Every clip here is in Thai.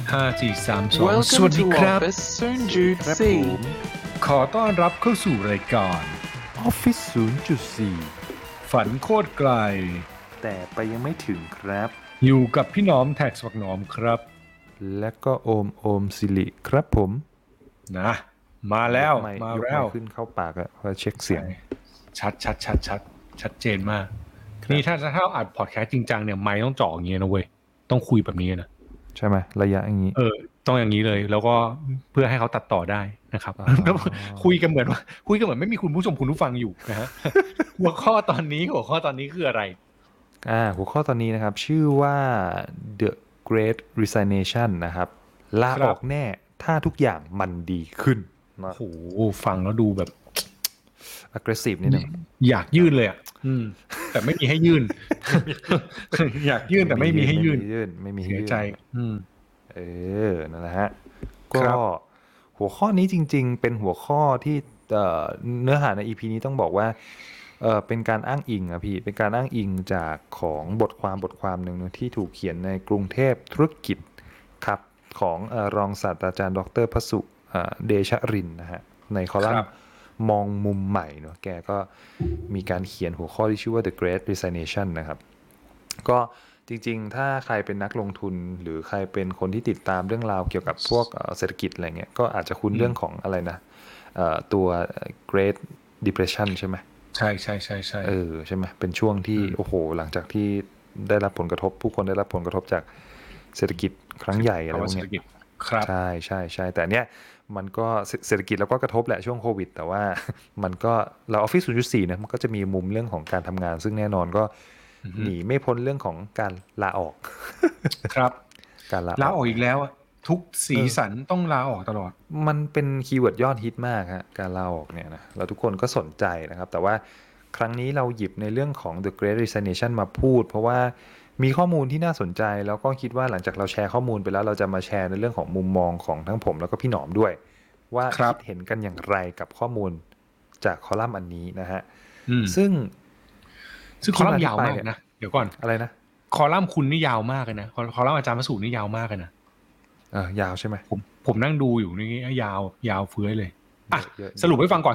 5 4 3 2 สวั Welcome สดี to ครับ Office Soonjude ครับ C. ผมขอต้อนรับเข้าสู่รายการ Office 0.4 ฝันโคตรไกลแต่ไปยังไม่ถึงครับอยู่กับพี่หนอมแท็กสวักหนอมครับและก็โอมสิริครับผมนะ มาแล้ว มายกแล้วไมค์ขึ้นเข้าปากอะเพื่อเช็คเสียงชัดเจนมาก นี่ถ้าเราอัดพอดแคสต์จริงจังเนี่ยไมค์ต้องเจาะอย่างเงี้ยนะเว้ยต้องคุยแบบนี้นะใช่ไหมระยะอย่างนี้ต้องอย่างนี้เลยแล้วก็เพื่อให้เขาตัดต่อได้นะครับอ๋อแล้วคุยกันเหมือนไม่มีคุณผู้ชมคุณผู้ฟังอยู่นะฮะ หัวข้อตอนนี้คืออะไรหัวข้อตอนนี้นะครับ ชื่อว่า The Great Resignation นะครับ ลาครับออกแน่ถ้าทุกอย่างมันดีขึ้นนะโอ้โหฟังแล้วดูแบบ aggressive นิดนึงอยากยื่นเลยอ่ะแต่ไม่มีให้ยื่น อยากยื่นแต่ไม่มีให้ยื่นไม่มีให้เสียยื่นใจนั่นแหละฮะครัก็บหัวข้อนี้จริงๆ เป็นหัวข้อที่เนื้อหาใน EP นี้ต้องบอกว่าเป็นการอ้างอิงอะพี่ เป็นการอ้างอิงจากของบทความหนึ่งนะที่ถูกเขียนในกรุงเทพธุรกิจครับของรองศาสตราจารย์ดรพสุเดชรินทร์นะฮะในคอลัมครัน์บมองมุมใหม่เนาะแกก็มีการเขียนหัวข้อที่ชื่อว่า The Great Resignation นะครับ ก็จริงๆ ถ้าใครเป็นนักลงทุนหรือใครเป็นคนที่ติดตามเรื่องราวเกี่ยวกับพวกเศรษฐกิจอะไรเงี้ยก็อาจจะคุ้นเรื่องของอะไรนะตัว Great Depression ใช่ไหมใช่ใช่ไหมเป็นช่วงที่โอ้โหหลังจากที่ได้รับผลกระทบผู้คนได้รับผลกระทบจากเศรษฐกิจครั้งใหญ่อะไรพวกเศรเนี้ษฐยกิจครับใช่แต่เนี้ยมันก็เศรษฐกิจแล้วก็กระทบแหละช่วงโควิด แต่ว่า มันก็เราออฟฟิศ0.4นะมันก็จะมีมุมเรื่องของการทำงาน ซึ่งแน่นอนก็หนีไม่พ้นเรื่องของการลาออกครับการลาลาออออก กอีกแล้วอะทุกสีสันต้องลาออกตลอดมันเป็นคีย์เวิร์ดยอดฮิตมากฮะการลาออกเนี่ยนะแล้วทุกคนก็สนใจนะครับ แต่ว่าครั้งนี้เราหยิบในเรื่องของ The Great Resignation มาพูด เพราะว่ามีข้อมูลที่น่าสนใจ แล้วก็คิดว่าหลังจากเราแชร์ข้อมูลไปแล้วเราจะมาแชร์ในเรื่องของมุมมองของทั้งผมแล้วก็พี่หนอมด้วย ว่าครับคิดเห็นกันอย่างไรกับข้อมูลจากคอลัมน์อันนี้นะฮะอืมซึ่งซึ่งคอลัมน์ยาวมากที่มาที่ไปเนี่ยนะเดี๋ยวก่อนอะไรนะคอลัมน์คุณนี่ยาวมากเลยนะคอลัมน์อาจารย์วสุนี่ยาวมากเลยนะยาวใช่ไหมผมนั่งดูอยู่นี่ยาวเฟื้อยเลยอ่ะเยอะสรุปให้ฟังก่อน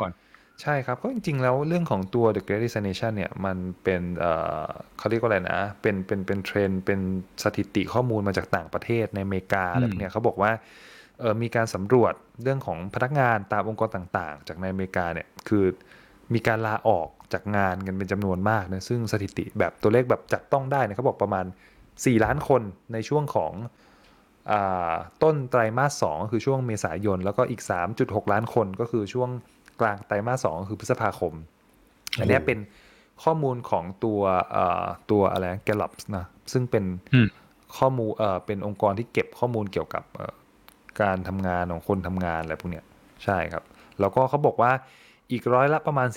ใช่ครับก็จริงๆแล้วเรื่องของตัว The Great Resignation เนี่ยมันเป็นเขาเรียกว่าอะไรนะเป็นเทรนด์เป็นสถิติข้อมูลมาจากต่างประเทศในอเมริกาอะไรพวกเนี้ยเขาบอกว่ามีการสำรวจเรื่องของพนักงานตามองค์กรต่างๆ จากในอเมริกาเนี่ยคือมีการลาออกจากงานกันเป็นจำนวนมากนะซึ่งสถิติแบบตัวเลขแบบจับต้องได้เนี่ยเขาบอกประมาณ4 ล้านคนในช่วงของต้นไตรมาส 2ก็คือช่วงเมษายนแล้วก็อีก 3.6 ล้านคนก็คือช่วงกลางไตรมาส 2ก็คือพฤษภาคม อันนี้เป็นข้อมูลของตัวอะไร Gallup นะซึ่งเป็นข้อมูลเป็นองค์กรที่เก็บข้อมูลเกี่ยวกับการทำงานของคนทำงานอะไรพวกเนี้ยใช่ครับแล้วก็เขาบอกว่าอีกร้อยละประมาณ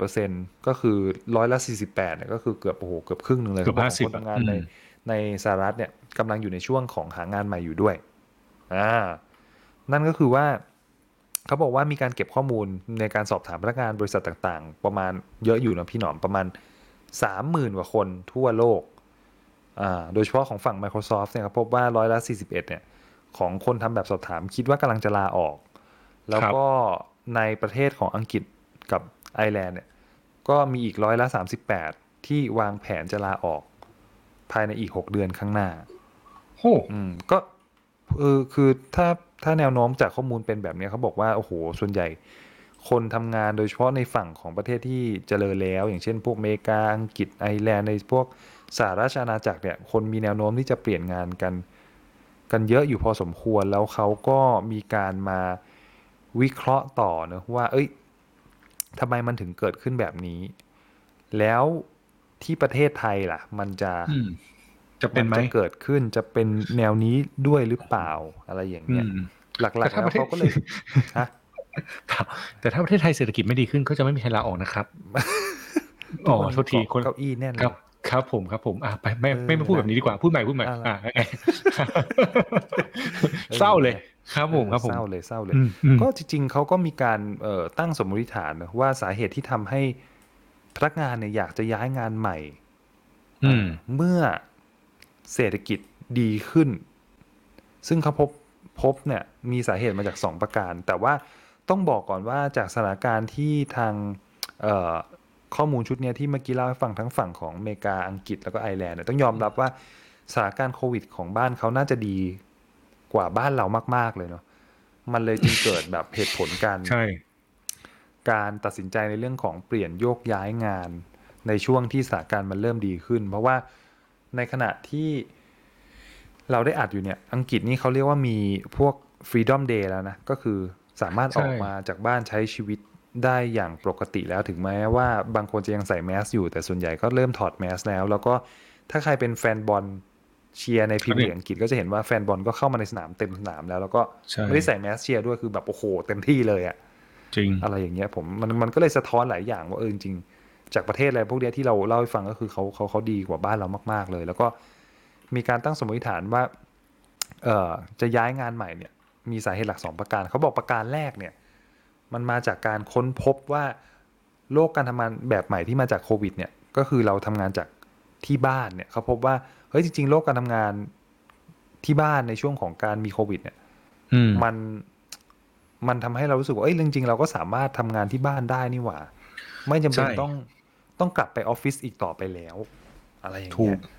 48%ก็คือร้อยละ 48เนี่ยก็คือเกือบครึ่งหนึ่งเลยเกือบขาบอก 50 คนทำงานในสหรัฐเนี่ยกำลังอยู่ในช่วงของหางานใหม่อยู่ด้วยนั่นก็คือว่าเขาบอกว่ามีการเก็บข้อมูลในการสอบถามพนักงานบริษัทต่างๆประมาณเยอะอยู่นะพี่หนอมประมาณ 30,000 กว่าคนทั่วโลกโดยเฉพาะของฝั่ง Microsoft เนี่ยครับพบว่าร้อยละ 41เนี่ยของคนทำแบบสอบถามคิดว่ากำลังจะลาออกแล้วก็ในประเทศของอังกฤษกับไอร์แลนด์เนี่ยก็มีอีกร้อยละ 38ที่วางแผนจะลาออกภายในอีก6 เดือนข้างหน้าก็คือถ้าแนวโน้มจากข้อมูลเป็นแบบนี้เขาบอกว่าโอ้โหส่วนใหญ่คนทำงานโดยเฉพาะในฝั่งของประเทศที่เจริญแล้วอย่างเช่นพวกอเมริกาอังกฤษไอร์แลนด์ในพวกสหราชอาณาจักรเนี่ยคนมีแนวโน้มที่จะเปลี่ยนงานกันเยอะอยู่พอสมควรแล้วเขาก็มีการมาวิเคราะห์ต่อนะว่าทำไมมันถึงเกิดขึ้นแบบนี้แล้วที่ประเทศไทยล่ะมันจะเป็นไหมจะเกิดขึ้นจะเป็นแนวนี้ด้วยหรือเปล่าอะไรอย่างเงี้ยหลักๆแล้วเขาก็เลยฮะแต่ถ้าประเทศไทยเศรษฐกิจไม่ดีขึ้นก็จะไม่มีใครลาออกนะครับอ๋อโทษทีคนเก้าอี้แน่นเลยครับผมไปไม่พูดแบบนี้ดีกว่าพูดใหม่เศร้าเลยครับผมเศร้าเลยก็จริงๆเขาก็มีการตั้งสมมติฐานนะว่าสาเหตุที่ทำให้พนักงานเนี่ยอยากจะย้ายงานใหม่เมื่อเศรษฐกิจดีขึ้นซึ่งเขาพบเนี่ยมีสาเหตุมาจาก2ประการแต่ว่าต้องบอกก่อนว่าจากสถานการณ์ที่ทางเอ่อข้อมูลชุดเนี้ยที่เมื่อกี้เล่าให้ฟังทั้งฝั่งของอเมริกาอังกฤษแล้วก็ไอร์แลนด์เนี่ยต้องยอมรับว่าสถานการณ์โควิดของบ้านเขาน่าจะดีกว่าบ้านเรามากๆเลยเนาะมันเลยจึงเกิดแบบเหตุผลใช่การตัดสินใจในเรื่องของเปลี่ยนโยกย้ายงานในช่วงที่สถานการณ์มันเริ่มดีขึ้นเพราะว่าในขณะที่เราได้อัดอยู่เนี่ยอังกฤษนี่เขาเรียกว่ามีพวก Freedom Day แล้วนะก็คือสามารถอใช่อกมาจากบ้านใช้ชีวิตได้อย่างปกติแล้วถึงแม้ว่าบางคนจะยังใส่แมสอยู่แต่ส่วนใหญ่ก็เริ่มถอดแมสแล้วก็ถ้าใครเป็นแฟนบอลเชียร์ในพรีอันนี้เมียร์อังกฤษก็จะเห็นว่าแฟนบอลก็เข้ามาในสนามเต็มสนามแล้วก็ใช่ไม่ได้ใส่แมสเชียร์ด้วยคือแบบโอ้โหเต็มที่เลยอะจริงอะไรอย่างเงี้ยมันก็เลยสะท้อนหลายอย่างว่าจริงๆจากประเทศอะไรพวกเนี้ยที่เราเล่าให้ฟังก็คือเขาดีกว่าบ้านเรามากๆเลยแล้วก็มีการตั้งสมมติฐานว่าจะย้ายงานใหม่เนี่ยมีสาเหตุหลัก2ประการเขาบอกประการแรกเนี่ยมันมาจากการค้นพบว่าโลกการทำงานแบบใหม่ที่มาจากโควิดเนี่ยก็คือเราทำงานจากที่บ้านเนี่ยเขาพบว่าเฮ้ยจริงๆโลกการทำงานที่บ้านในช่วงของการมีโควิดเนี่ยอืมมันมันทำให้เรารู้สึกว่าเอ้ยจริงๆเราก็สามารถทำงานที่บ้านได้นี่หว่าไม่จำเป็นใช่ต้องกลับไปออฟฟิศอีกต่อไปแล้วอะไรอย่างถูกเงี้ย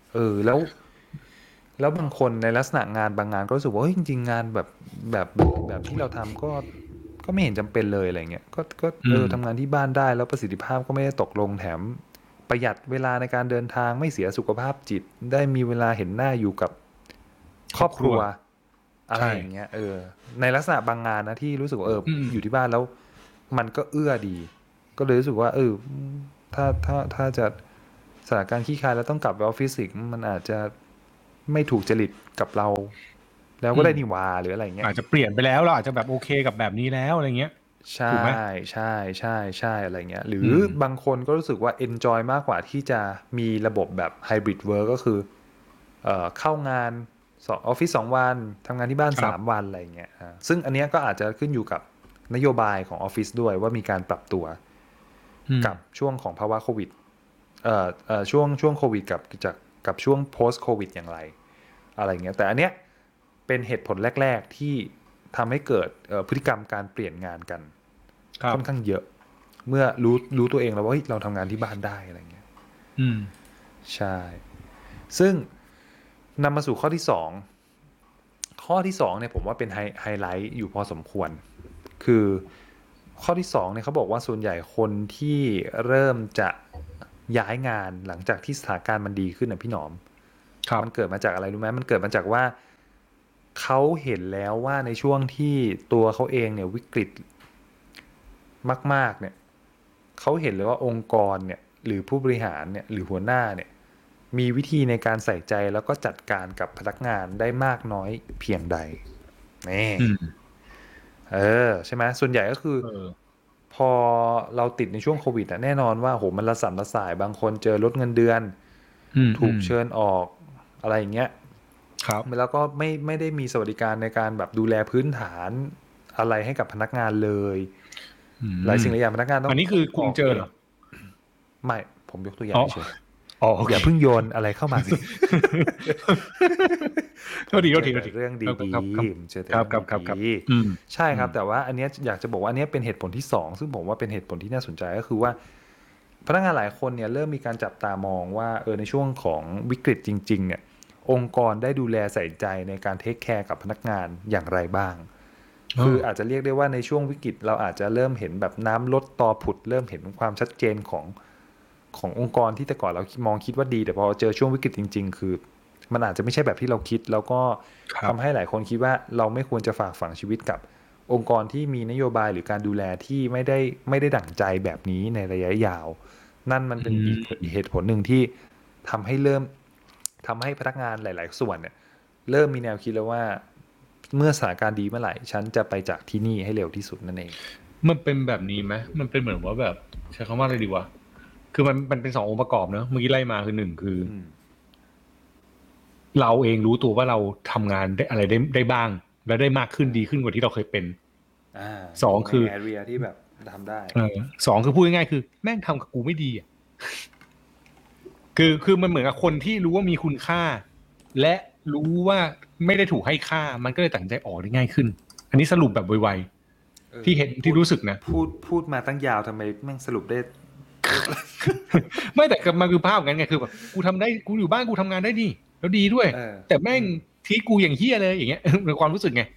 แล้วบางคนในลักษณะงานบางงานก็รู้สึกว่าเฮ้ยจริงๆงานแบบแบบที่เราทำก็ไม่เห็นจำเป็นเลยอะไรเงี้ยก็อืมทำงานที่บ้านได้แล้วประสิทธิภาพก็ไม่ได้ตกลงแถมประหยัดเวลาในการเดินทางไม่เสียสุขภาพจิตได้มีเวลาเห็นหน้าอยู่กับครอบครัว อะไรใช่อย่างเงี้ยในลักษณะบางงานนะที่รู้สึกว่าอืมอยู่ที่บ้านแล้วมันก็เอื้อดี ก็เลยรู้สึกว่าถ้าจะสถานการณ์ขี้คายแล้วต้องกลับไปออฟฟิศอีกมันอาจจะไม่ถูกจริตกับเรา แล้วอืมก็ได้นี่หว่าหรืออะไรเงี้ยอาจจะเปลี่ยนไปแล้วเราอาจจะแบบโอเคกับแบบนี้แล้วอะไรเงี้ยใช่ถูกไหมใช่อะไรเงี้ยหรืออืมบางคนก็รู้สึกว่า enjoy มากกว่าที่จะมีระบบแบบ hybrid work ก็คือเข้างานออฟฟิศ2 วันทำงานที่บ้านครับ 3 วันอะไรเงี้ยซึ่งอันเนี้ยก็อาจจะขึ้นอยู่กับนโยบายของออฟฟิศด้วยว่ามีการปรับตัวอืมกับช่วงของภาวะโควิดช่วงโควิดกับช่วง post โควิดอย่างไรอะไรเงี้ยแต่อันเนี้ยเป็นเหตุผลแรกๆที่ทำให้เกิดพฤติกรรมการเปลี่ยนงานกันครับค่อนข้างเยอะเมื่อรู้ตัวเองแล้วว่าเฮ้ยเราทำงานที่บ้านได้อะไรเงี้ยอืมใช่ซึ่งนำมาสู่ข้อที่สองเนี่ยผมว่าเป็นไฮไลท์อยู่พอสมควรคือข้อที่2เนี่ยเขาบอกว่าส่วนใหญ่คนที่เริ่มจะย้ายงานหลังจากที่สถานการณ์มันดีขึ้นนะพี่หนอมครับมันเกิดมาจากอะไรรู้ไหมมันเกิดมาจากว่าเขาเห็นแล้วว่าในช่วงที่ตัวเขาเองเนี่ยวิกฤตมากๆเนี่ยเขาเห็นเลยว่าองค์กรเนี่ยหรือผู้บริหารเนี่ยหรือหัวหน้าเนี่ยมีวิธีในการใส่ใจแล้วก็จัดการกับพนักงานได้มากน้อยเพียงใดนี่อืมใช่ไหมส่วนใหญ่ก็คือเออพอเราติดในช่วงโควิดอะแน่นอนว่าโหมันระส่ำระสายบางคนเจอลดเงินเดือนถูอืมอืมกเชิญออกอะไรอย่างเงี้ยครับแล้วก็ไม่ได้มีสวัสดิการในการแบบดูแลพื้นฐานอะไรให้กับพนักงานเลยอืหลายมสิ่งหลายอย่างพนักงานต้องอันนี้คือออกเองคุณเจอเหรอไม่ผมยกตัวอย่าอ๋องเฉยอ๋อโอเคอย่าเพิ่งโยนอะไรเข้ามาสิโทผมษทีโทเจอษทีโทษทีแต่เรื่องครับดีครับครับๆผมเจอแต่ครับเรื่องดีครับครับครับอืมๆใช่อืมครับแต่ว่าอันเนี้ยอยากจะบอกว่าอันเนี้ยเป็นเหตุผลที่2ซึ่งผมว่าเป็นเหตุผลที่น่าสนใจก็คือว่าพนักงานหลายคนเนี่ยเริ่มมีการจับตามองว่าในช่วงของวิกฤตจริงๆเนี่ยองค์กรได้ดูแลใส่ใจในการเทคแคร์กับพนักงานอย่างไรบ้างอ๋อคืออาจจะเรียกได้ว่าในช่วงวิกฤตเราอาจจะเริ่มเห็นแบบน้ำลดตอผุดเริ่มเห็นความชัดเจนขององค์กรที่แต่ก่อนเรามองคิดว่าดีแต่พอเจอช่วงวิกฤตจริงๆคือมันอาจจะไม่ใช่แบบที่เราคิดแล้วก็ครับทำให้หลายคนคิดว่าเราไม่ควรจะฝากฝังชีวิตกับองค์กรที่มีนโยบายหรือการดูแลที่ไม่ได้ดั่งใจแบบนี้ในระยะยาวนั่นมันเป็นอือีกเหมตุผลหนึ่งที่ทำให้เริ่มทำให้พนักงานหลายๆส่วนเนี่ยเริ่มมีแนวคิดแล้วว่าเมื่อสถานการณ์ดีเมื่อไหร่ฉันจะไปจากที่นี่ให้เร็วที่สุดนั่นเองมันเป็นแบบนี้ไหมมันเป็นเหมือนว่าแบบใช้คำว่าอะไรดีวะคือมันเป็น2 องค์ประกอบเนอะเมื่อกี้ไล่มาคือ1คืออืมเราเองรู้ตัวว่าเราทำงานได้อะไรได้บ้างและได้มากขึ้นดีขึ้นกว่าที่เราเคยเป็นสออยู่ในงคือแอเรียที่แบบทำได้เออสองคือพูดง่ายๆคือแม่งทำกับกูไม่ดีอ่ะคือมันเหมือนกับคนที่รู้ว่ามีคุณค่าและรู้ว่าไม่ได้ถูกให้ค่ามันก็เลยตัดสินใจออกได้ง่ายขึ้น อันนี้สรุปแบบไวๆที่เห็นที่รู้สึกนะพูดมาตั้งยาวทำไมแม่งสรุปได้ไม่แต่มันคือภาพงั้นไงคือแบบกูทำได้กูอยู่บ้านกูทำงานได้ดีแล้วดีด้วย แต่แม่งทีกูอย่างเฮี้ยเลยอย่างเงี้ย ในความรู้สึกไง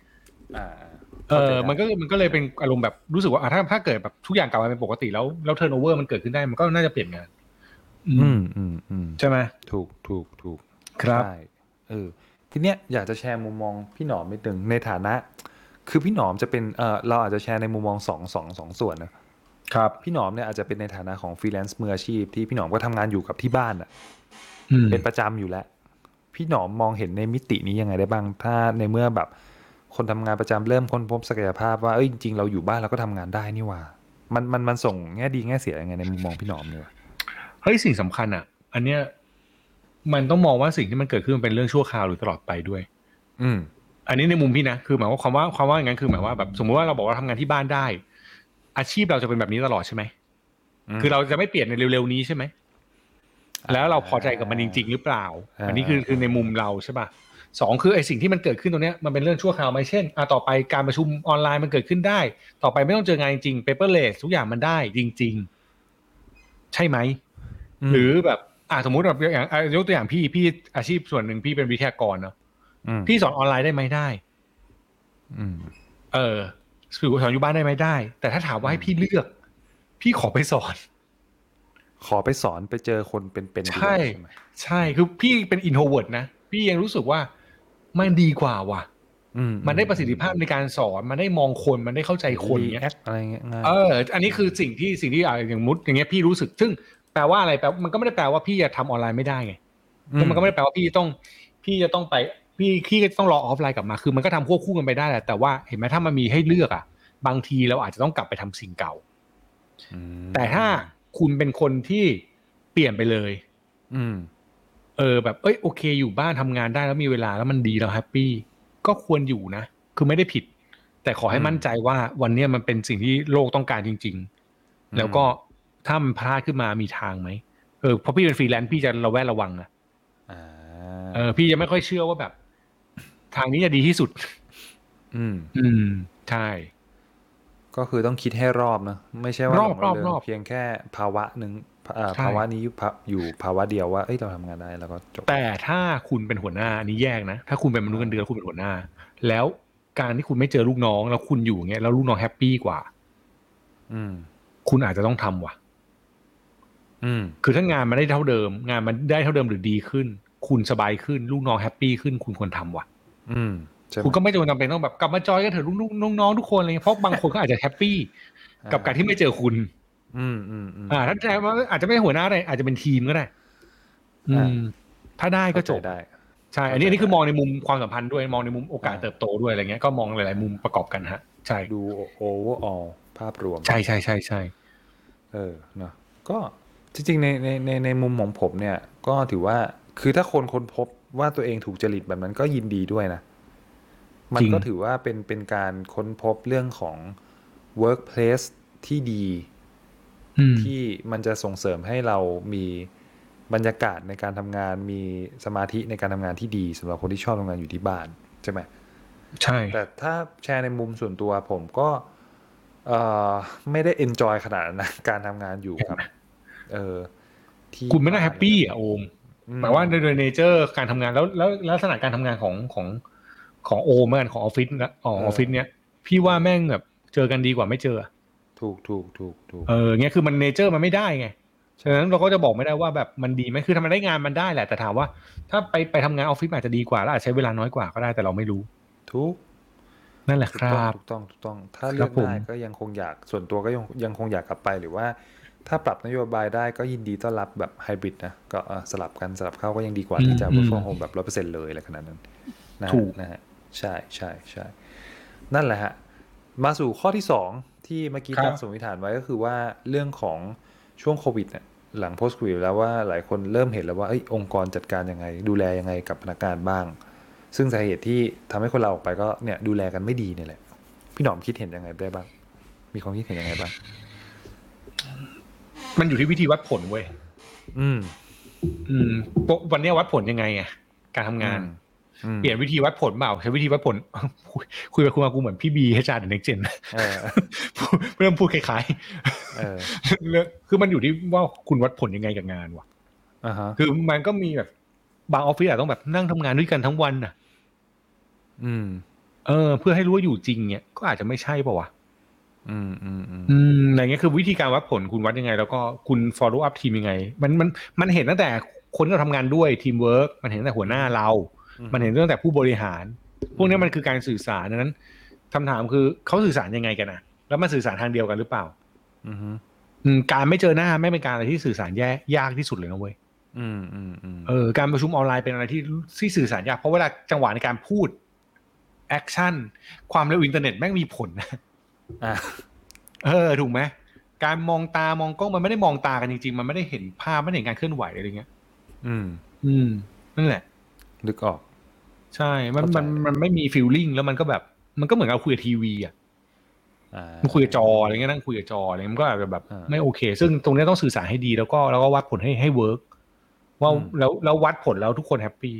มันก็เลยเป็นอารมณ์แบบรู้สึกว่าถ้าเกิดแบบทุกอย่างกลับมาเป็นปกติแล้วเทิร์นโอเวอร์มันเกิดขึ้นได้มันก็น่าจะเปลี่ยนงานใช่ไหมถูกครับใช่ทีเนี้ยอยากจะแชร์มุมมองพี่หนอมนิดนึงในฐานะ คือพี่หนอมจะเป็นเราอาจจะแชร์ในมุมมองสองส่วนนะครับพี่หนอมเนี่ยอาจจะเป็นในฐานะของฟรีแลนซ์มืออาชีพที่พี่หนอมก็ทำงานอยู่กับที่บ้านเป็นประจำอยู่แล้วพี่หนอมมองเห็นในมิตินี้ยังไงได้บ้างถ้าในเมื่อแบบคนทำงานประจำเริ่มค้นพบศักยภาพว่าจริงๆเราอยู่บ้านเราก็ทำงานได้นี่หว่ามันส่งแง่ดีแง่เสียยังไงในมุมมองพี่หนอมเนี่ยเฮ้ยสิ่งสำคัญอ่ะอันเนี้ยมันต้องมองว่าสิ่งที่มันเกิดขึ้นมันเป็นเรื่องชั่วคราวหรือตลอดไปด้วยอันนี้ในมุมพี่นะคือหมายว่าความว่าอย่างนั้นคือหมายว่าแบบสมมติว่าเราบอกว่าทำงานที่บ้านได้อาชีพเราจะเป็นแบบนี้ตลอดใช่ไหมคือเราจะไม่เปลี่ยนในเร็วๆนี้ใช่ไหมแล้วเราพอใจกับมันจริงๆหรือเปล่าอันนี้คือในมุมเราใช่ป่ะสองคือไอ้สิ่งที่มันเกิดขึ้นตรงเนี้ยมันเป็นเรื่องชั่วคราวไหมเช่นต่อไปการประชุมออนไลน์มันเกิดขึ้นได้ต่อไปไม่ต้องเจองานจริง paperless ทุกอย่างมันได้จริงๆใช่ไหมหรือแบบสมมุติแบบอย่างยกตัวอย่างพี่อาชีพส่วนหนึ่งพี่เป็นวิทยากรเนาะพี่สอนออนไลน์ได้ไหมได้สอนอยู่บ้านได้ไหมได้ แต่ถ้าถามว่าให้พี่เลือก พี่ขอไปสอนไปเจอคนเป็นๆใช่ไหมใช่คือพี่เป็นอินโทรเวิร์ตนะพี่ยังรู้สึกว่ามันดีกว่าว่ะมันได้ประสิทธิภาพในการสอนมันได้มองคนมันได้เข้าใจคนเงี้ยอะไรเงี้ยอันนี้คือสิ่งที่อย่างมุดอย่างเงี้ยพี่รู้สึกซึ่งแปลว่าอะไรแปลมันก็ไม่ได้แปลว่าพี่จะทำออนไลน์ไม่ได้ไงแล้วมันก็ไม่ได้แปลว่าพี่จะต้องไปพี่ก็ต้องรอออฟไลน์กลับมาคือมันก็ทำควบคู่กันไปได้แหละแต่ว่าเห็นไหมถ้ามันมีให้เลือกบางทีเราอาจจะต้องกลับไปทำสิ่งเก่าแต่ถ้าคุณเป็นคนที่เปลี่ยนไปเลยแบบโอเคอยู่บ้านทำงานได้แล้วมีเวลาแล้วมันดีแล้วแฮปปี้ก็ควรอยู่นะคือไม่ได้ผิดแต่ขอให้มั่นใจว่าวันนี้มันเป็นสิ่งที่โลกต้องการจริงๆแล้วก็ถ้ามันพลาดขึ้นมามีทางไหมเพราะพี่เป็นฟรีแลนซ์พี่จะระแวดระวังพี่จะไม่ค่อยเชื่อว่าแบบทางนี้จะดีที่สุดใช่ก็คือต้องคิดให้รอบนะไม่ใช่ว่ารรอบเพียงแค่ภาวะหนึ่งภาวะนี้อยู่ภาวะเดียวว่าเราทำงานได้แล้วก็จบแต่ถ้าคุณเป็นหัวหน้าอันนี้แยกนะถ้าคุณเป็นมนุษย์เงินเดือนคุณเป็นหัวหน้าแล้วการที่คุณไม่เจอลูกน้องแล้วคุณอยู่อย่างเงี้ยแล้วลูกน้องแฮปปี้กว่าคุณอาจจะต้องทำว่ะคือถ้างานมันได้เท่าเดิมงานมันได้เท่าเดิมหรือดีขึ้นคุณสบายขึ้นลูกน้องแฮปปี้ขึ้นคุณควรทำว่ะคุณก็ไม่จำเป็นต้องแบบกลับมาจอยกันเถอะลูกน้องทุกคนอะไรเงี้ยเพราะบางคนก็อาจจะแฮปปี้กับการที่ไม่เจอคุณถ้าแต่ว่าอาจจะไม่ใช่หัวหน้าได้อาจจะเป็นทีมก็ได้ถ้าได้ก็จบได้ใช่อันนี้คือมองในมุมความสัมพันธ์ด้วยมองในมุมโอกาสเติบโตด้วยอะไรเงี้ยก็มองหลายๆมุมประกอบกันฮะใช่ดู overall ภาพรวมใช่เนาะก็จริงๆในมุมของผมเนี่ยก็ถือว่าคือถ้าคนค้นพบว่าตัวเองถูกจริตแบบนั้นก็ยินดีด้วยนะมันก็ถือว่าเป็นการค้นพบเรื่องของ workplace ที่ดีที่มันจะส่งเสริมให้เรามีบรรยากาศในการทำงานมีสมาธิในการทำงานที่ดีสำหรับคนที่ชอบทำงานอยู่ที่บ้านใช่ไหมใช่แต่ถ้าแชร์ในมุมส่วนตัวผมก็ไม่ได้ enjoy ขนาดนั้นนะการทำงานอยู่ครับที่คุณไม่น่าแฮปปี้โอมหมายว่าโดยเนเจอร์การทำงานแล้วลักษณะการทำงานของโอมเหมือนกันของออฟฟิศนะออฟฟิศเนี้ยพี่ว่าแม่งแบบเจอกันดีกว่าไม่เจอถูกเงี้ยคือมันเนเจอร์มันไม่ได้ไงฉะนั้นเราก็จะบอกไม่ได้ว่าแบบมันดีไหมคือทำมันได้งานมันได้แหละแต่ถามว่าถ้าไปทำงานออฟฟิศอาจจะดีกว่าแล้วอาจใช้เวลาน้อยกว่าก็ได้แต่เราไม่รู้ทุกนั่นแหละครับถูกต้องถ้าเลือกได้ก็ยังคงอยากส่วนตัวก็ยังคงอยากกลับไปหรือว่าถ้าปรับนโยบายได้ก็ยินดีต้อนรับแบบไฮบริดนะก็สลับเข้าก็ยังดีกว่าที่จะ work from home แบบ 100% เลยอะไรขนาดนั้นนะฮะใช่นั่นแหละฮะมาสู่ข้อที่2ที่เมื่อกี้ตั้งสมมติฐานไว้ก็คือว่าเรื่องของช่วงโควิดเนี่ยหลัง post covid แล้วว่าหลายคนเริ่มเห็นแล้วว่าองค์กรจัดการยังไงดูแลยังไงกับพนักงานบ้างซึ่งสาเหตุที่ทำให้คนเราออกไปก็เนี่ยดูแลกันไม่ดีเนี่ยแหละพี่หนอมคิดเห็นยังไงได้บ้างมีความคิดเห็นยังไงบ้างมันอยู่ที่วิธีวัดผลเว้ยวันนี้วัดผลยังไงการทำงานอืมเปลี่ยนวิธีวัดผลเปล่าใช้วิธีวัดผล คุยไปคุยมากูเหมือนพี่บีให้จาเด็กเจนเออเริ่มพูดคล้ายเออๆเรื่องคือมันอยู่ที่ว่าคุณวัดผลยังไงกับงานวะอ่าฮะคือมันก็มีแบบบางออฟฟิศอาจต้องแบบนั่งทำงานด้วยกันทั้งวันน่ะอืมเพื่อให้รู้ว่าอยู่จริงเนี่ยก็อาจจะไม่ใช่ป่าวะอืมอืมอืมอะไรเงี้ยคือวิธีการวัดผลคุณวัดยังไง แล้วก็คุณ follow up ทีมยังไงมันเห็นตั้งแต่คนที่เราทำงานด้วยทีมเวิร์กมันเห็นตั้งแต่หัวหน้าเรา มันเห็นตั้งแต่ผู้บริหาร พวกนี้มันคือการสื่อสารนั้นคำถามคือเขาสื่อสารยังไงกันนะแล้วมันสื่อสารทางเดียวกันหรือเปล่าอืมการไม่เจอหน้าไม่เป็นการอะไรที่สื่อสารยากที่สุดเลยนะเว้ยอืมอืมอืมการประชุมออนไลน์เป็นอะไรที่สื่อสารยากเพราะเวลาจังหวะในการพูดแอคชั่นความเร็วอินเทอร์เน็ตแม่งมีผลนะอ่ะถูกไหมการมองตามองกล้องมันไม่ได้มองตากันจริงๆมันไม่ได้เห็นภาพไม่ได้เห็นการเคลื่อนไหวอะไรเงี้ยอืมนั่นแหละนึกออกใช่มันไม่มีฟีลลิ่งแล้วมันก็แบบมันก็เหมือนเราคุยกับทีวีอ่ะมันคุยกับจออะไรเงี้ยนั่งคุยกับจออะไรเงี้ยมันก็อาจจะแบบไม่โอเคซึ่งตรงนี้ต้องสื่อสารให้ดีแล้วก็วัดผลให้เวิร์กว่าแล้ววัดผลแล้วทุกคนแฮปปี้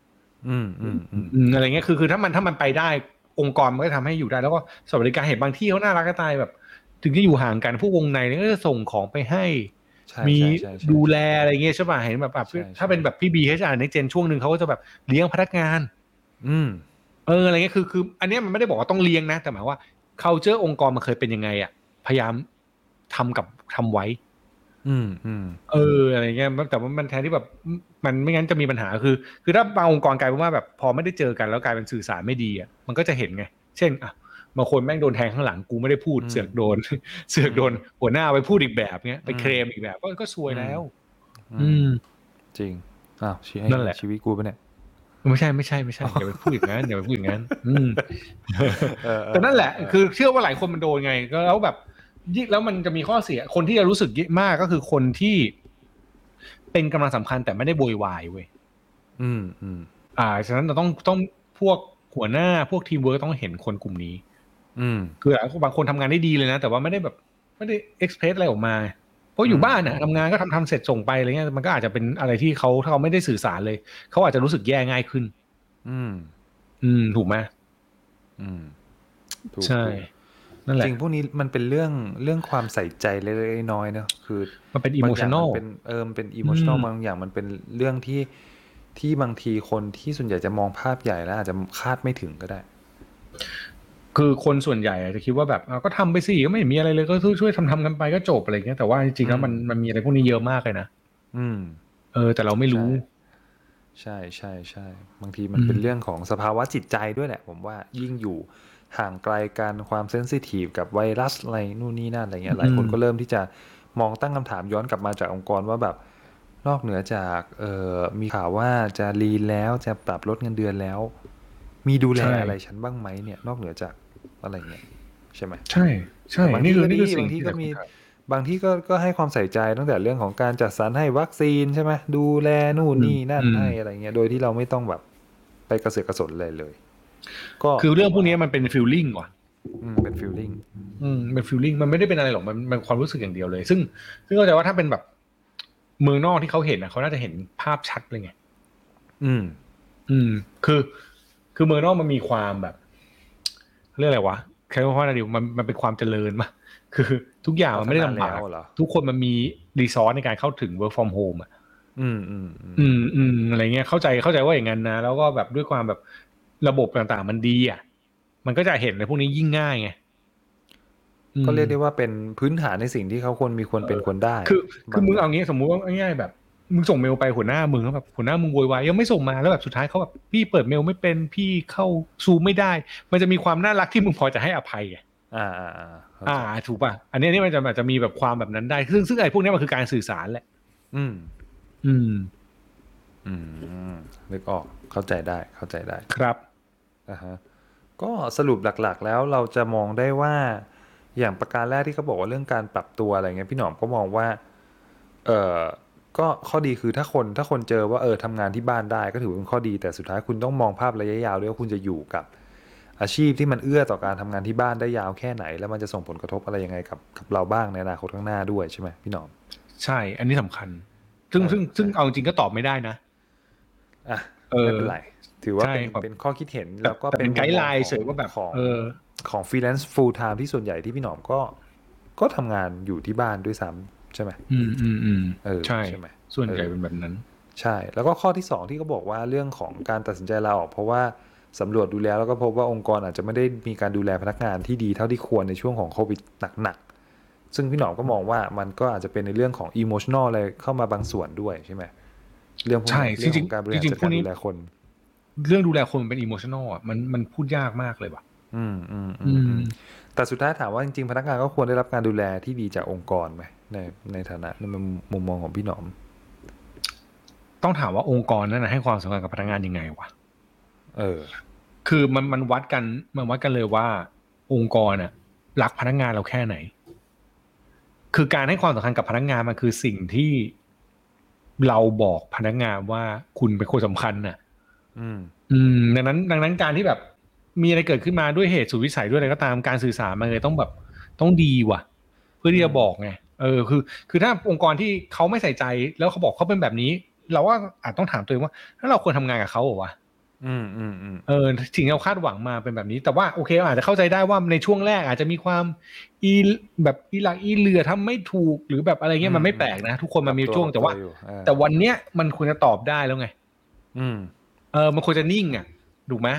อะไรเงี้ยคือถ้ามันไปได้องค์กรมันก็ทำให้อยู่ได้แล้วก็สวัสดิการเห็นบางที่เขาน่ารักก็ตายแบบถึงจะอยู่ห่างกันพวกวงในก็จะส่งของไปให้มีดูแลอะไรเงี้ยใช่ป่ะเห็นแบบถ้าเป็นแบบพี่บีให้ในเจนช่วงหนึ่งเขาก็จะแบบเลี้ยงพนักงานอะไรเงี้ยคืออันนี้มันไม่ได้บอกว่าต้องเลี้ยงนะแต่หมายว่า culture องค์กรมันเคยเป็นยังไงอ่ะพยายามทำไว้อะไรเงี้ยแต่ว่ามันแทนที่แบบมันไม่งั้นจะมีปัญหาคือถ้าบางองค์กรกลายเป็นว่าแบบพอไม่ได้เจอกันแล้วกลายเป็นสื่อสารไม่ดีอ่ะมันก็จะเห็นไงเช่นอ่ะบางคนแม่งโดนแทงข้างหลังกูไม่ได้พูดเสือกโดนหัวหน้าไปพูดอีกแบบเงี้ยไปเคลมอีกแบบก็ซวยแล้วจริงนั่นแหละชีวิตกูปะเนี่ยไม่ใช่อย่าไปพูดอย่างนั้นแต่นั่นแหละคือเชื่อว่าหลายคนมันโดนไงก็แล้วแบบแล้วมันจะมีข้อเสียคนที่จะรู้สึกเยอะมากก็คือคนที่เป็นกำลังสำคัญแต่ไม่ได้โวยวายเว้ยฉะนั้นเราต้องพวกหัวหน้าพวกทีมเวิร์กต้องเห็นคนกลุ่มนี้คือบางคนทำงานได้ดีเลยนะแต่ว่าไม่ได้เอ็กซ์เพรสอะไรออกมาเพราะอยู่บ้านน่ะทำงานก็ทำเสร็จส่งไปอะไรเงี้ยมันก็อาจจะเป็นอะไรที่เขาถ้าเขาไม่ได้สื่อสารเลยเขาอาจจะรู้สึกแย่ง่ายขึ้นถูกไหมใช่นั่นแหละจริงพวกนี้มันเป็นเรื่องความใส่ใจเล็กๆน้อยๆเนอะคือมันเป็นอิโมชันนอลมันเป็นอิโมชันนอลบางอย่างมันเป็นเรื่องที่บางทีคนที่ส่วนใหญ่จะมองภาพใหญ่แล้วอาจจะคาดไม่ถึงก็ได้คือคนส่วนใหญ่จะคิดว่าแบบก็ทำไปสิก็ไม่มีอะไรเลยก็ช่วยทำกันไปก็จบอะไรเงี้ยแต่ว่าจริงๆแล้วมันมีอะไรพวกนี้เยอะมากเลยนะแต่เราไม่รู้ใช่บางทีมันเป็นเรื่องของสภาวะจิตใจด้วยแหละผมว่ายิ่งอยู่ห่างไกลกันความเซนซิทีฟกับไวรัสอะไรนู่นนี่นั่นอะไรเงี้ยหลายคนก็เริ่มที่จะมองตั้งคำถามย้อนกลับมาจากองค์กรว่าแบบนอกเหนือจากมีข่าวว่าจะรีแล้วจะปรับลดเงินเดือนแล้วมีดูแลอะไรฉันบ้างไหมเนี่ยนอกเหนือจากอะไรเงี้ยใช่ไหมใช่บางที่ก็มีบางที่ก็ให้ความใส่ใจตั้งแต่เรื่องของการจัดสรรให้วัคซีนใช่ไหมดูแลนู่นนี่นั่นให้อะไรเงี้ยโดยที่เราไม่ต้องแบบไปกระเสือกกระสนเลยก็คือเรื่องพวกนี้มันเป็นฟีลลิ่งว่ะเป็นฟีลลิ่งเป็นฟีลลิ่งมันไม่ได้เป็นอะไรหรอกมันความรู้สึกอย่างเดียวเลยซึ่งเข้าใจว่าถ้าเป็นแบบเมืองนอกที่เขาเห็นเขาน่าจะเห็นภาพชัดเลยไงคือเมืองนอกมันมีความแบบเรื่องอะไรวะใครว่าอะไรดิมันเป็นความเจริญมาคือทุกอย่างมันไม่ได้ลำบากทุกคนมันมีรีซอสในการเข้าถึง work from home อ่ะอะไรเงี้ยเข้าใจว่าอย่างนั้นนะแล้วก็แบบด้วยความแบบระบบต่างๆมันดีอ่ะมันก็จะเห็นในพวกนี้ยิ่งง่ายไงก็เรียกได้ว่าเป็นพื้นฐานในสิ่งที่เขาควรเป็นควรได้คือมึงเอางี้สมมุติว่าง่ายๆแบบมึงส่งเมลไปหัวหน้ามึงแล้วแบบหัวหน้ามึงโวยวายยังไม่ส่งมาแล้วแบบสุดท้ายเขาแบบพี่เปิดเมลไม่เป็นพี่เข้าซูมไม่ได้มันจะมีความน่ารักที่มึงพอจะให้อภัยถูกป่ะอันนี้มันอาจจะมีแบบความแบบนั้นได้ซึ่งไอ้พวกนี้มันคือการสื่อสารแหละนึกออกเข้าใจได้ครับก็สรุปหลักๆแล้วเราจะมองได้ว่าอย่างประการแรกที่เขาบอกว่าเรื่องการปรับตัวอะไรเงี้ยพี่หนอมก็มองว่าก็ข้อดีคือถ้าคนเจอว่าทำงานที่บ้านได้ก็ถือเป็นข้อดีแต่สุดท้ายคุณต้องมองภาพระยะยาวด้วยว่าคุณจะอยู่กับอาชีพที่มันเอื้อต่อการทำงานที่บ้านได้ยาวแค่ไหนแล้วมันจะส่งผลกระทบอะไรยังไงกับเราบ้างในอนาคตข้างหน้าด้วยใช่ไหมพี่หนอมใช่อันนี้สำคัญซึ่งเอาจริงก็ตอบไม่ได้นะไม่เป็นไรถือว่าใช่เป็นแบบเป็นข้อคิดเห็นแต่แล้วก็แต่เป็นไกด์ไลน์มุมมองเฉยว่าแบบของเออฟรีแลนซ์ full time ที่ส่วนใหญ่ที่พี่หนอมก็ทำงานอยู่ที่บ้านด้วยซ้ำใช่ไหมใช่ใช่ไหมส่วนใหญ่เป็นแบบนั้นใช่ แล้วก็ข้อที่2ที่เขาบอกว่าเรื่องของการตัดสินใจลาออกเพราะว่าสำรวจดูแล้วก็พบว่าองค์กรอาจจะไม่ได้มีการดูแลพนักงานที่ดีเท่าที่ควรในช่วงของโควิดหนักๆซึ่งพี่หนอมก็มองว่ามันก็อาจจะเป็นในเรื่องของ emotional อะไรเข้ามาบางส่วนด้วยใช่ไหมเรื่องพวกใช่นี้เรื่องของการบริหารจริงๆจัดการพวกนี้ดูแลคนเรื่องดูแลคนมันเป็นอิโมชันอลอ่ะมันพูดยากมากเลยว่ะแต่สุดท้ายถามว่าจริงๆพนักงานก็ควรได้รับการดูแลที่ดีจากองค์กรไหมในฐานะในมุมมองของพี่หนอมต้องถามว่าองค์กรนั้นนะให้ความสำคัญกับพนักงานยังไงวะ คือมันวัดกันเลยว่าองค์กรน่ะรักพนักงานเราแค่ไหน คือการให้ความสำคัญกับพนักงานมันคือสิ่งที่เราบอกพนักงานว่าคุณเป็นคนสำคัญน่ะดังนั้นการที่แบบมีอะไรเกิดขึ้นมาด้วยเหตุสุดวิสัยด้วยอะไรก็ตามการสื่อสารมันเลยต้องแบบต้องดีว่ะ เพื่อที่จะบอกไงคือถ้าองค์กรที่เขาไม่ใส่ใจแล้วเขาบอกเขาเป็นแบบนี้ เราว่าอาจต้องถามตัวเองว่าถ้าเราควรทำงานกับเขาเหรอวะสิ่งที่เราคาดหวังมาเป็นแบบนี้แต่ว่าโอเคอาจจะเข้าใจได้ว่าในช่วงแรกอาจจะมีความแบบอีหลักอีเหลือทำไม่ถูกหรือแบบอะไรเงี้ยมันไม่แปลกนะทุกคนมันมีช่วงแต่วันเนี้ยมันควรจะตอบได้แล้วไงมันควรจะนิ่งอ่ะถูกไหม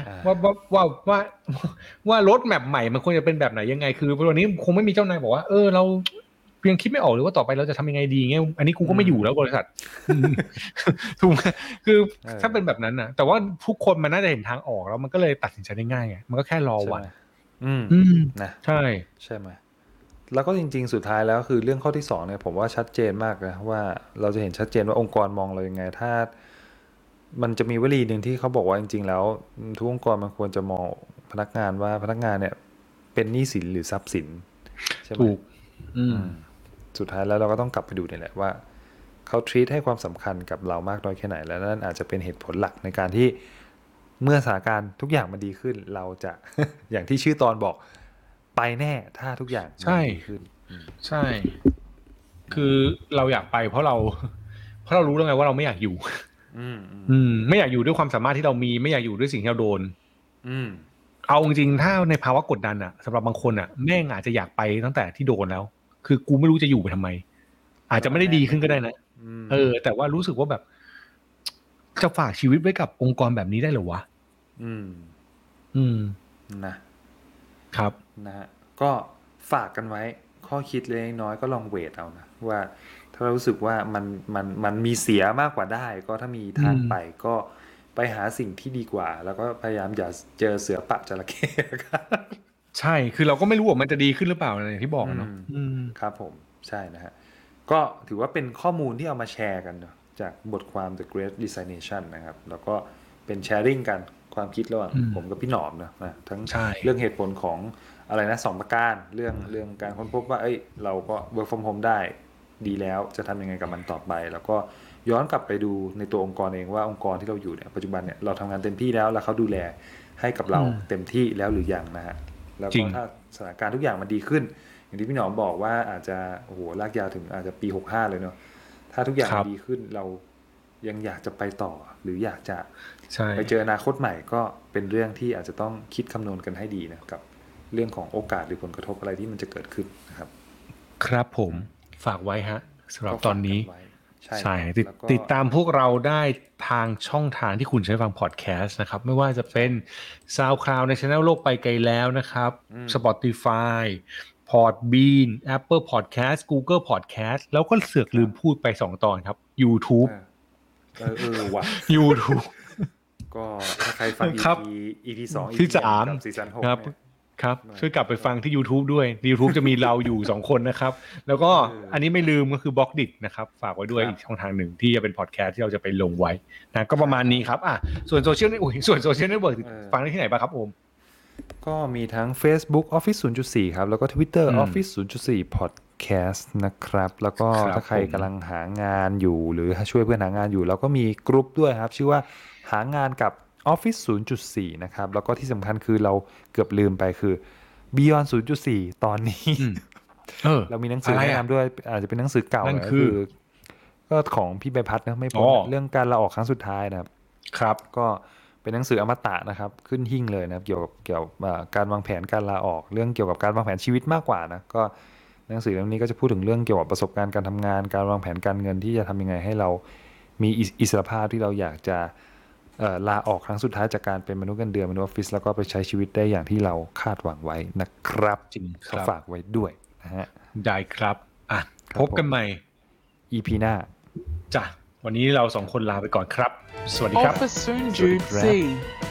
ว่ารถแมพใหม่มันควรจะเป็นแบบไหนยังไงคือวันนี้คงไม่มีเจ้านายบอกว่าเรายังคิดไม่ออกเลยว่าต่อไปเราจะทำยังไงดีเงี้ยอันนี้กูก็ไม่อยู่แล้วบริษัทถูกไหมคือถ้าเป็นแบบนั้นนะแต่ว่าทุกคนมันน่าจะเห็นทางออกแล้วมันก็เลยตัดสินใจได้ง่ายไงมันก็แค่รอวันนะใช่ไหมแล้วก็จริงๆสุดท้ายแล้วคือเรื่องข้อที่2เนี่ยผมว่าชัดเจนมากนะว่าเราจะเห็นชัดเจนว่าองค์กรมองเรายังไงถ้ามันจะมีวลีหนึ่งที่เขาบอกว่าจริงๆแล้วทุกองค์กรมันควรจะมองพนักงานว่าพนักงานเนี่ยเป็นหนี้สินหรือทรัพย์สินใช่ไหมถูกสุดท้ายแล้วเราก็ต้องกลับไปดูนี่แหละว่าเขาทรีตให้ความสำคัญกับเรามากน้อยแค่ไหนแล้วนั่นอาจจะเป็นเหตุผลหลักในการที่เมื่อสถานการณ์ทุกอย่างมันดีขึ้นเราจะ อย่างที่ชื่อตอนบอกไปแน่ถ้าทุกอย่างมันดีขึ้นใช่คือเราอยากไปเพราะเรารู้แล้วไงว่าเราไม่อยากอยู่ไม่อยากอยู่ด้วยความสามารถที่เรามีไม่อยากอยู่ด้วยสิ่งที่เราโดนเอาจริงๆถ้าในภาวะกดดันอ่ะสำหรับบางคนอ่ะแม่งอาจจะอยากไปตั้งแต่ที่โดนแล้วคือกูไม่รู้จะอยู่ไปทำไมอาจจะไม่ได้ดีขึ้นก็ได้นะแต่ว่ารู้สึกว่าแบบจะฝากชีวิตไว้กับองค์กรแบบนี้ได้หรอวะนะครับนะฮะก็ฝากกันไว้ข้อคิดเล็กน้อยก็ลองเวทเอานะว่าถ้าเรารู้สึกว่ามันมีเสียมากกว่าได้ก็ถ้ามีทางไปก็ไปหาสิ่งที่ดีกว่าแล้วก็พยายามอย่าเจอเสือปะจระเข้ใช่คือเราก็ไม่รู้ว่ามันจะดีขึ้นหรือเปล่าอย่างที่บอกเนาะครับผมใช่นะฮะก็ถือว่าเป็นข้อมูลที่เอามาแชร์กันเนาะจากบทความ The Great Resignation นะครับแล้วก็เป็นแชร์ริ่งกันความคิดระหว่างผมกับพี่หนอมนะทั้งเรื่องเหตุผลของอะไรนะ2ประการเรื่องการค้นพบว่าเราก็ work from home ได้ดีแล้วจะทำยังไงกับมันต่อไปแล้วก็ย้อนกลับไปดูในตัวองค์กรเองว่าองค์กรที่เราอยู่เนี่ยปัจจุบันเนี่ยเราทำงานเต็มที่แล้วเขาดูแลให้กับเราเต็มที่แล้วหรือยังนะฮะแล้วก็ถ้าสถานการณ์ทุกอย่างมันดีขึ้นอย่างที่พี่หนอมบอกว่าอาจจะโอ้โหลากยาวถึงอาจจะปี65เลยเนาะถ้าทุกอย่างดีขึ้นเรายังอยากจะไปต่อหรืออยากจะไปเจออนาคตใหม่ก็เป็นเรื่องที่อาจจะต้องคิดคำนวณกันให้ดีนะกับเรื่องของโอกาสหรือผลกระทบอะไรที่มันจะเกิดขึ้นนะครับครับผมฝากไว้ฮะสำหรับตอนนี้ใช่ติดตามพวกเราได้ทางช่องทางที่คุณใช้ฟังพอดแคสต์นะครับไม่ว่าจะเป็น SoundCloud ใน Channel โลกไปไกลแล้วนะครับ Spotify Podbean Apple Podcast Google Podcast แล้วก็เสือกลืมพูดไป2ตอนครับ YouTube ว่ะ YouTube ก็ถ้าใครฟัง EP 2 ที่ 3 กับซีซั่น6 ครับช่วยกลับไปฟังที่ YouTube ด้วย YouTube จะมีเราอยู่2คนนะครับแล้วก็อันนี้ไม่ลืมก็คือบล็อกดินะครับฝากไว้ด้วยอีกช่องทางหนึ่งที่จะเป็นพอดแคสต์ที่เราจะไปลงไว้นะก็ประมาณนี้ครับส่วนโซเชียลเน็ตเวิร์กฟังได้ที่ไหนบ้างครับโอมก็มีทั้ง Facebook Office 0.4 ครับแล้วก็ Twitter Office 0.4 Podcast นะครับแล้วก็ถ้าใครกำลังหางานอยู่หรือช่วยเพื่อนหางานอยู่เราก็มีกลุ่มด้วยครับชื่อว่าหางานกับ Office 0.4 นะครับแล้วก็ที่สำคัญคือเราเกือบลืมไปคือ Beyond 0.4 ตอนนี้เรามีหนังสือแนะนำด้วยอาจจะเป็นหนังสือเก่าก็คือก็ของพี่ใบพัดนะไม่พ้นเรื่องการลาออกครั้งสุดท้ายนะครับครับก็เป็นหนังสืออมตะนะครับขึ้นหิ้งเลยนะครับเกี่ยวกับการวางแผนการลาออกเรื่องเกี่ยวกับการวางแผนชีวิตมากกว่านะก็หนังสือเล่มนี้ก็จะพูดถึงเรื่องเกี่ยวกับประสบการณ์การทำงานการวางแผนการเงินที่จะทำยังไงให้เรามีอิสรภาพที่เราอยากจะลาออกครั้งสุดท้ายจากการเป็นมนุษย์เงินเดือนมนุษย์ออฟฟิศแล้วก็ไปใช้ชีวิตได้อย่างที่เราคาดหวังไว้นะครับจริงคก็รับฝากไว้ด้วยนะฮะได้ครับอ่ะครับพบกันใหม่ EP หน้าจ้ะวันนี้เรา2 คนลาไปก่อนครับ สวัสดีครับ Officer Sorry, Jude crap. C.